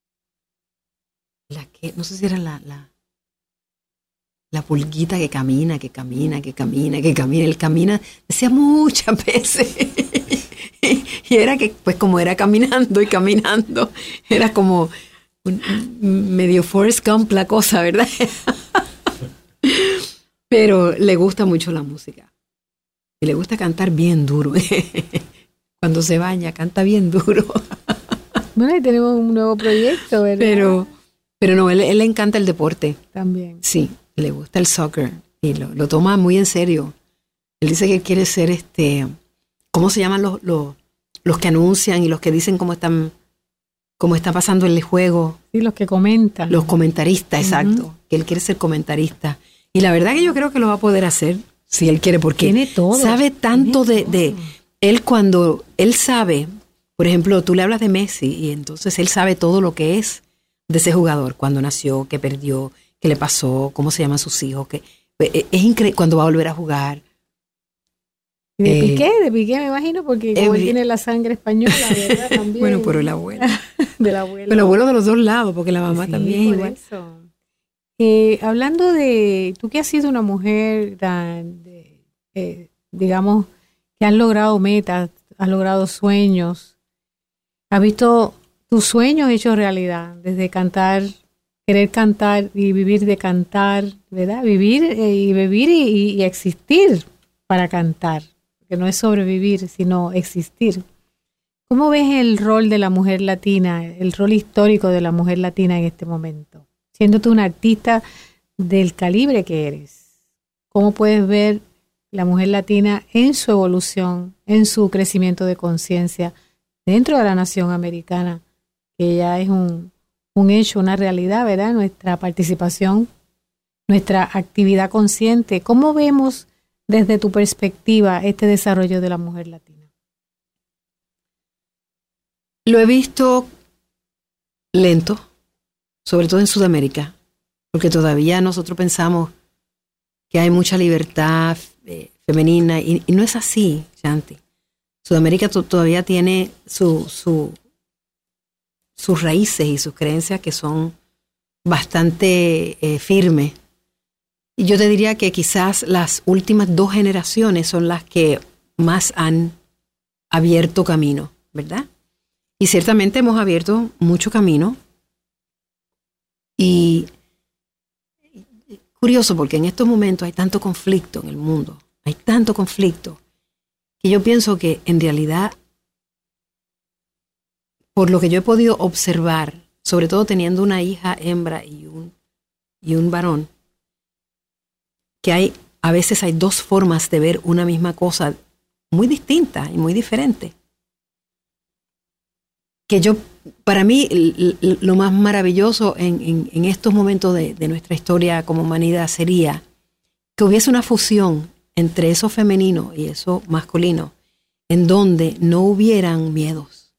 la que, no sé si era la, la, la pulguita que camina, que camina, que camina, que camina. Él camina, decía muchas veces. Y era que, pues como era caminando y caminando, era como un, un medio Forrest Gump la cosa, ¿verdad? Pero le gusta mucho la música. Y le gusta cantar bien duro. Cuando se baña, canta bien duro. Bueno, y tenemos un nuevo proyecto, ¿verdad? Pero, pero no, él, él le encanta el deporte. También. Sí, le gusta el soccer. Y lo, lo toma muy en serio. Él dice que quiere ser este... ¿Cómo se llaman los, los, los que anuncian y los que dicen cómo están, cómo está pasando el juego? Sí, los que comentan. Los comentaristas, exacto. Uh-huh. Que él quiere ser comentarista. Y la verdad que yo creo que lo va a poder hacer si él quiere, porque tiene todo. Sabe tanto de, de... Él cuando... Él sabe, por ejemplo, tú le hablas de Messi y entonces él sabe todo lo que es de ese jugador. Cuando nació, qué perdió, qué le pasó, cómo se llaman sus hijos. Que, es increíble cuando va a volver a jugar. Y de eh, Piqué, de Piqué me imagino, porque como él tiene la sangre española, ¿verdad? También. Bueno, pero el abuelo. Del abuelo. Pero el abuelo de los dos lados, porque la mamá sí, también por igual. Eso. Eh, hablando de, tú que has sido una mujer, tan, de, eh, digamos, que has logrado metas, has logrado sueños, has visto tus sueños hechos realidad, desde cantar, querer cantar y vivir de cantar, ¿verdad? Vivir eh, y vivir y, y existir para cantar. Que no es sobrevivir, sino existir. ¿Cómo ves el rol de la mujer latina, el rol histórico de la mujer latina en este momento? Siendo tú una artista del calibre que eres, ¿cómo puedes ver la mujer latina en su evolución, en su crecimiento de conciencia dentro de la nación americana, que ya es un, un hecho, una realidad, ¿verdad? Nuestra participación, nuestra actividad consciente. ¿Cómo vemos desde tu perspectiva este desarrollo de la mujer latina? Lo he visto lento, sobre todo en Sudamérica, porque todavía nosotros pensamos que hay mucha libertad eh, femenina y, y no es así, Shanti. Sudamérica t- todavía tiene su, su, sus raíces y sus creencias que son bastante eh, firmes. Y yo te diría que quizás las últimas dos generaciones son las que más han abierto camino, ¿verdad? Y ciertamente hemos abierto mucho camino. Y curioso, porque en estos momentos hay tanto conflicto en el mundo, hay tanto conflicto, que yo pienso que en realidad, por lo que yo he podido observar, sobre todo teniendo una hija hembra y un, y un varón, que hay, a veces hay dos formas de ver una misma cosa muy distintas y muy diferentes. Que yo, para mí, l- l- lo más maravilloso en, en, en estos momentos de, de nuestra historia como humanidad sería que hubiese una fusión entre eso femenino y eso masculino, en donde no hubieran miedos.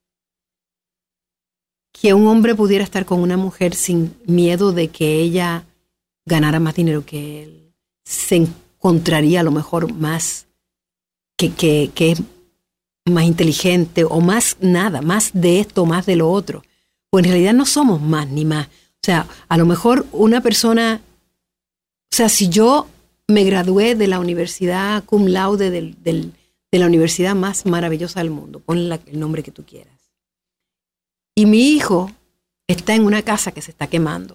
Que un hombre pudiera estar con una mujer sin miedo de que ella ganara más dinero que él, se encontraría a lo mejor más que, que, que es más inteligente o más nada, más de esto, más de lo otro. Pues en realidad no somos más ni más. O sea, a lo mejor una persona, o sea, si yo me gradué de la universidad cum laude del, del, de la universidad más maravillosa del mundo, ponle el nombre que tú quieras, y mi hijo está en una casa que se está quemando,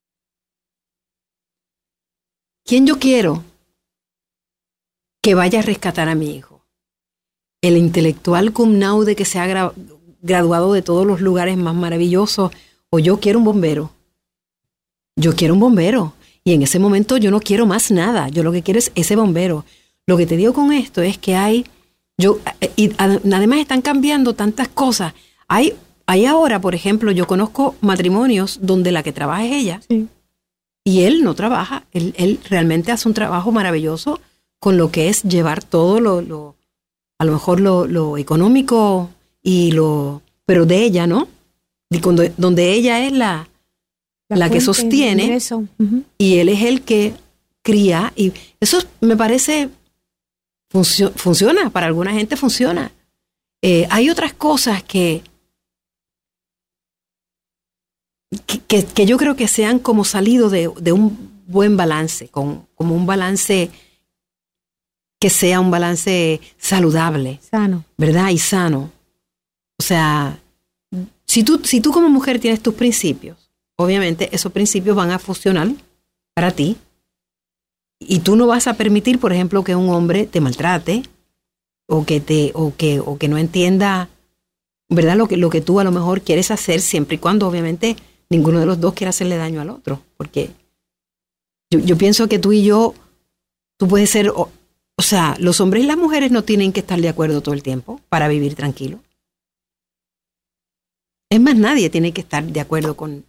¿quién yo quiero que vaya a rescatar a mi hijo? ¿El intelectual cum laude que se ha gra- graduado de todos los lugares más maravillosos? ¿O yo quiero un bombero? Yo quiero un bombero. Y en ese momento yo no quiero más nada. Yo lo que quiero es ese bombero. Lo que te digo con esto es que hay... yo y además están cambiando tantas cosas. Hay, hay ahora, por ejemplo, yo conozco matrimonios donde la que trabaja es ella. Sí. Y él no trabaja. Él, él realmente hace un trabajo maravilloso con lo que es llevar todo lo... lo a lo mejor lo, lo económico y lo, pero de ella, ¿no? Y cuando, donde ella es la, la, la que sostiene, uh-huh. Y él es el que cría, y eso me parece funcio, funciona, para alguna gente funciona. Eh, hay otras cosas que, que, que, que yo creo que se han como salido de, de un buen balance, con, como un balance que sea un balance saludable. Sano. ¿Verdad? Y sano. O sea, si tú, si tú como mujer tienes tus principios, obviamente esos principios van a funcionar para ti. Y tú no vas a permitir, por ejemplo, que un hombre te maltrate o que te o que o que no entienda, ¿verdad? Lo que lo que tú a lo mejor quieres hacer, siempre y cuando obviamente ninguno de los dos quiera hacerle daño al otro, porque yo, yo pienso que tú y yo, tú puedes ser, o, o sea, los hombres y las mujeres no tienen que estar de acuerdo todo el tiempo para vivir tranquilo. Es más, nadie tiene que estar de acuerdo con,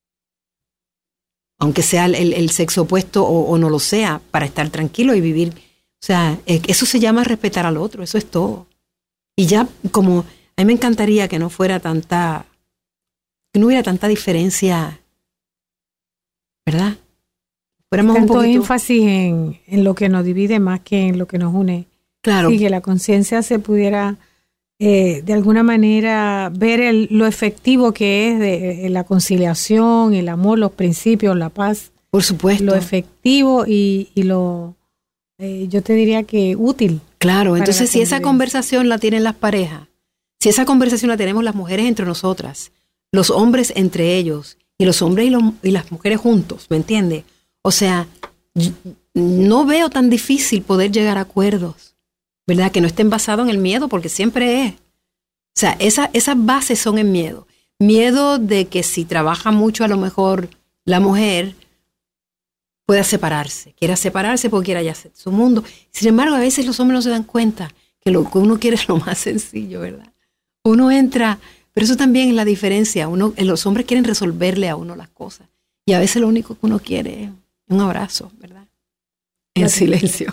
aunque sea el, el sexo opuesto o, o no lo sea, para estar tranquilo y vivir. O sea, eso se llama respetar al otro, eso es todo. Y ya, como, a mí me encantaría que no fuera tanta, que no hubiera tanta diferencia, ¿verdad? Fuéramos Tanto un poquito énfasis en, en lo que nos divide más que en lo que nos une. Claro. Y que la conciencia se pudiera, eh, de alguna manera, ver el, lo efectivo que es de, de la conciliación, el amor, los principios, la paz. Por supuesto. Lo efectivo y, y lo, eh, yo te diría que útil. Claro, entonces si esa conversación la tienen las parejas, si esa conversación la tenemos las mujeres entre nosotras, los hombres entre ellos, y los hombres y, los, y las mujeres juntos, ¿me entiendes? O sea, no veo tan difícil poder llegar a acuerdos, ¿verdad? Que no estén basados en el miedo, porque siempre es. O sea, esa, esas bases son en miedo. Miedo de que si trabaja mucho a lo mejor la mujer pueda separarse, quiera separarse porque quiera ya hacer su mundo. Sin embargo, a veces los hombres no se dan cuenta que lo que uno quiere es lo más sencillo, ¿verdad? Uno entra, pero eso también es la diferencia. Uno, los hombres quieren resolverle a uno las cosas y a veces lo único que uno quiere es un abrazo, ¿verdad? En silencio.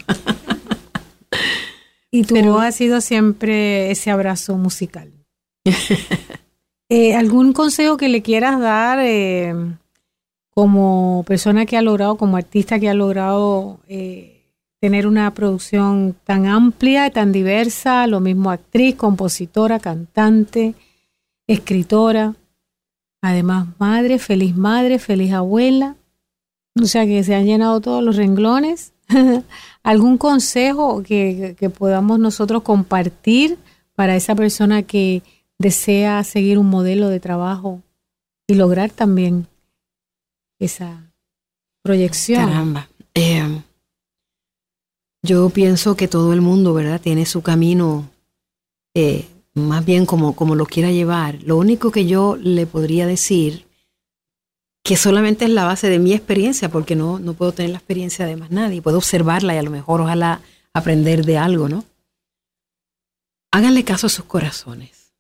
Y tú Pero, has sido siempre ese abrazo musical. eh, ¿Algún consejo que le quieras dar eh, como persona que ha logrado, como artista que ha logrado eh, tener una producción tan amplia, tan diversa, lo mismo actriz, compositora, cantante, escritora, además madre, feliz madre, feliz abuela? O sea que se han llenado todos los renglones. ¿Algún consejo que, que podamos nosotros compartir para esa persona que desea seguir un modelo de trabajo y lograr también esa proyección? Caramba. Eh, yo pienso que todo el mundo, ¿verdad?, tiene su camino, eh, más bien como, como lo quiera llevar. Lo único que yo le podría decir, que solamente es la base de mi experiencia, porque no, no puedo tener la experiencia de más nadie, puedo observarla y a lo mejor ojalá aprender de algo, ¿no? Háganle caso a sus corazones.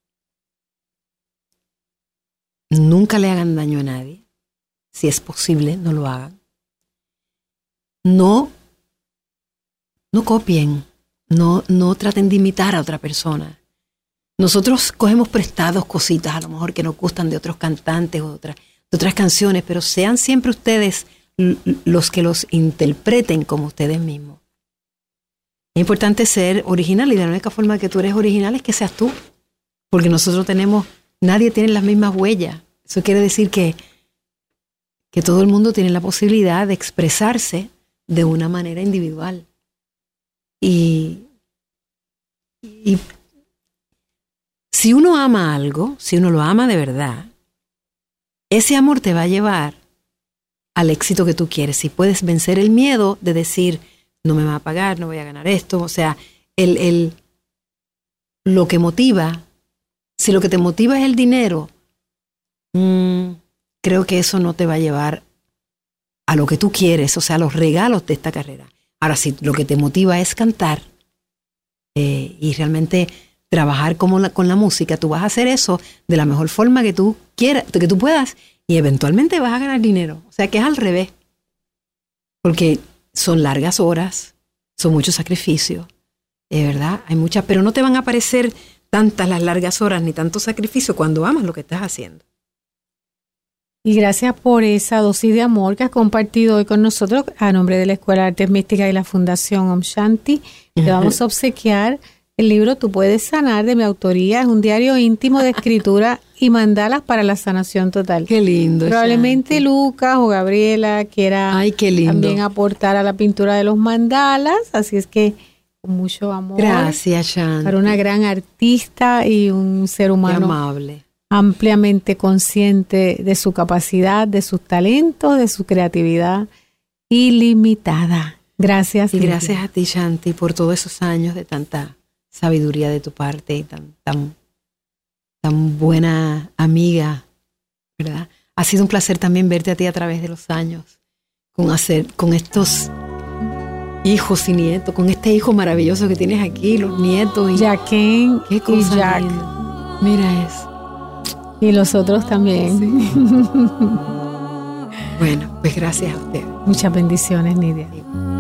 Nunca le hagan daño a nadie. Si es posible, no lo hagan. No, no copien, no, no traten de imitar a otra persona. Nosotros cogemos prestados cositas a lo mejor que nos gustan de otros cantantes o de otras, de otras canciones, pero sean siempre ustedes los que los interpreten como ustedes mismos. Es importante ser original y la única forma que tú eres original es que seas tú, porque nosotros tenemos, nadie tiene las mismas huellas. Eso quiere decir que, que todo el mundo tiene la posibilidad de expresarse de una manera individual. Y, y si uno ama algo, si uno lo ama de verdad, ese amor te va a llevar al éxito que tú quieres. Si puedes vencer el miedo de decir, no me va a pagar, no voy a ganar esto. O sea, el, el, lo que motiva, si lo que te motiva es el dinero, mmm, creo que eso no te va a llevar a lo que tú quieres, o sea, a los regalos de esta carrera. Ahora, si lo que te motiva es cantar eh, y realmente trabajar como la, con la música, tú vas a hacer eso de la mejor forma que tú quieras, que tú puedas, y eventualmente vas a ganar dinero. O sea que es al revés. Porque son largas horas, son muchos sacrificios, es verdad, hay muchas, pero no te van a parecer tantas las largas horas ni tanto sacrificio cuando amas lo que estás haciendo. Y gracias por esa dosis de amor que has compartido hoy con nosotros a nombre de la Escuela de Artes Místicas y la Fundación Om Shanti. Te vamos a obsequiar El libro Tú puedes sanar, de mi autoría, es un diario íntimo de escritura y mandalas para la sanación total. Qué lindo. Probablemente Shanti. Lucas o Gabriela quiera Ay, qué lindo. también aportar a la pintura de los mandalas, así es que con mucho amor. Gracias, Shanti. Para una gran artista y un ser Qué humano amable. ampliamente consciente de su capacidad, de sus talentos, de su creatividad ilimitada. Gracias. Y Lidia. gracias a ti, Shanti, por todos esos años de tanta sabiduría de tu parte y tan, tan, tan buena amiga, ¿verdad? Ha sido un placer también verte a ti a través de los años, con, hacer, con estos hijos y nietos, con este hijo maravilloso que tienes aquí, los nietos. Y Jaquen qué y cosa Jack. linda. Mira eso. Y los otros también. Sí. Bueno, pues gracias a ustedes. Muchas bendiciones, Nidia.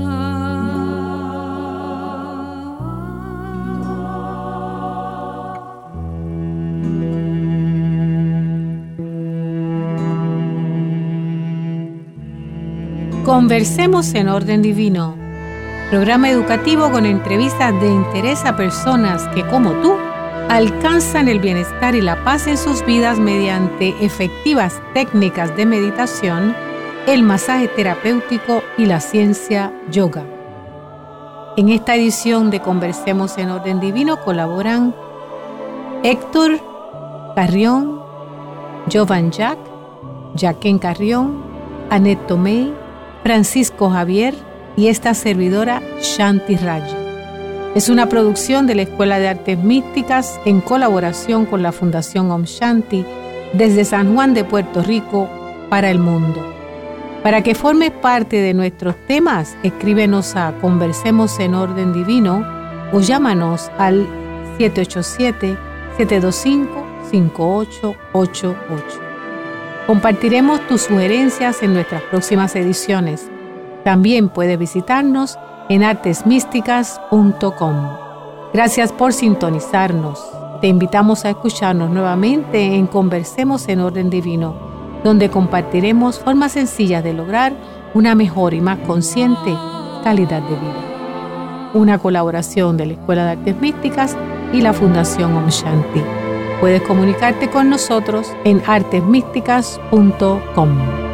Conversemos en Orden Divino, programa educativo con entrevistas de interés a personas que, como tú, alcanzan el bienestar y la paz en sus vidas mediante efectivas técnicas de meditación, el masaje terapéutico y la ciencia yoga. En esta edición de Conversemos en Orden Divino colaboran Héctor Carrión, Jovan Jack, Jaquen Carrión, Annette Tomei, Francisco Javier y esta servidora Shanti Raji. Es una producción de la Escuela de Artes Místicas en colaboración con la Fundación Om Shanti desde San Juan de Puerto Rico para el mundo. Para que formes parte de nuestros temas, escríbenos a Conversemos en Orden Divino o llámanos al siete ocho siete, siete dos cinco, cinco ocho ocho ocho. Compartiremos tus sugerencias en nuestras próximas ediciones. También puedes visitarnos en artes místicas punto com. Gracias por sintonizarnos. Te invitamos a escucharnos nuevamente en Conversemos en Orden Divino, donde compartiremos formas sencillas de lograr una mejor y más consciente calidad de vida. Una colaboración de la Escuela de Artes Místicas y la Fundación Om Shanti. Puedes comunicarte con nosotros en artes místicas punto com.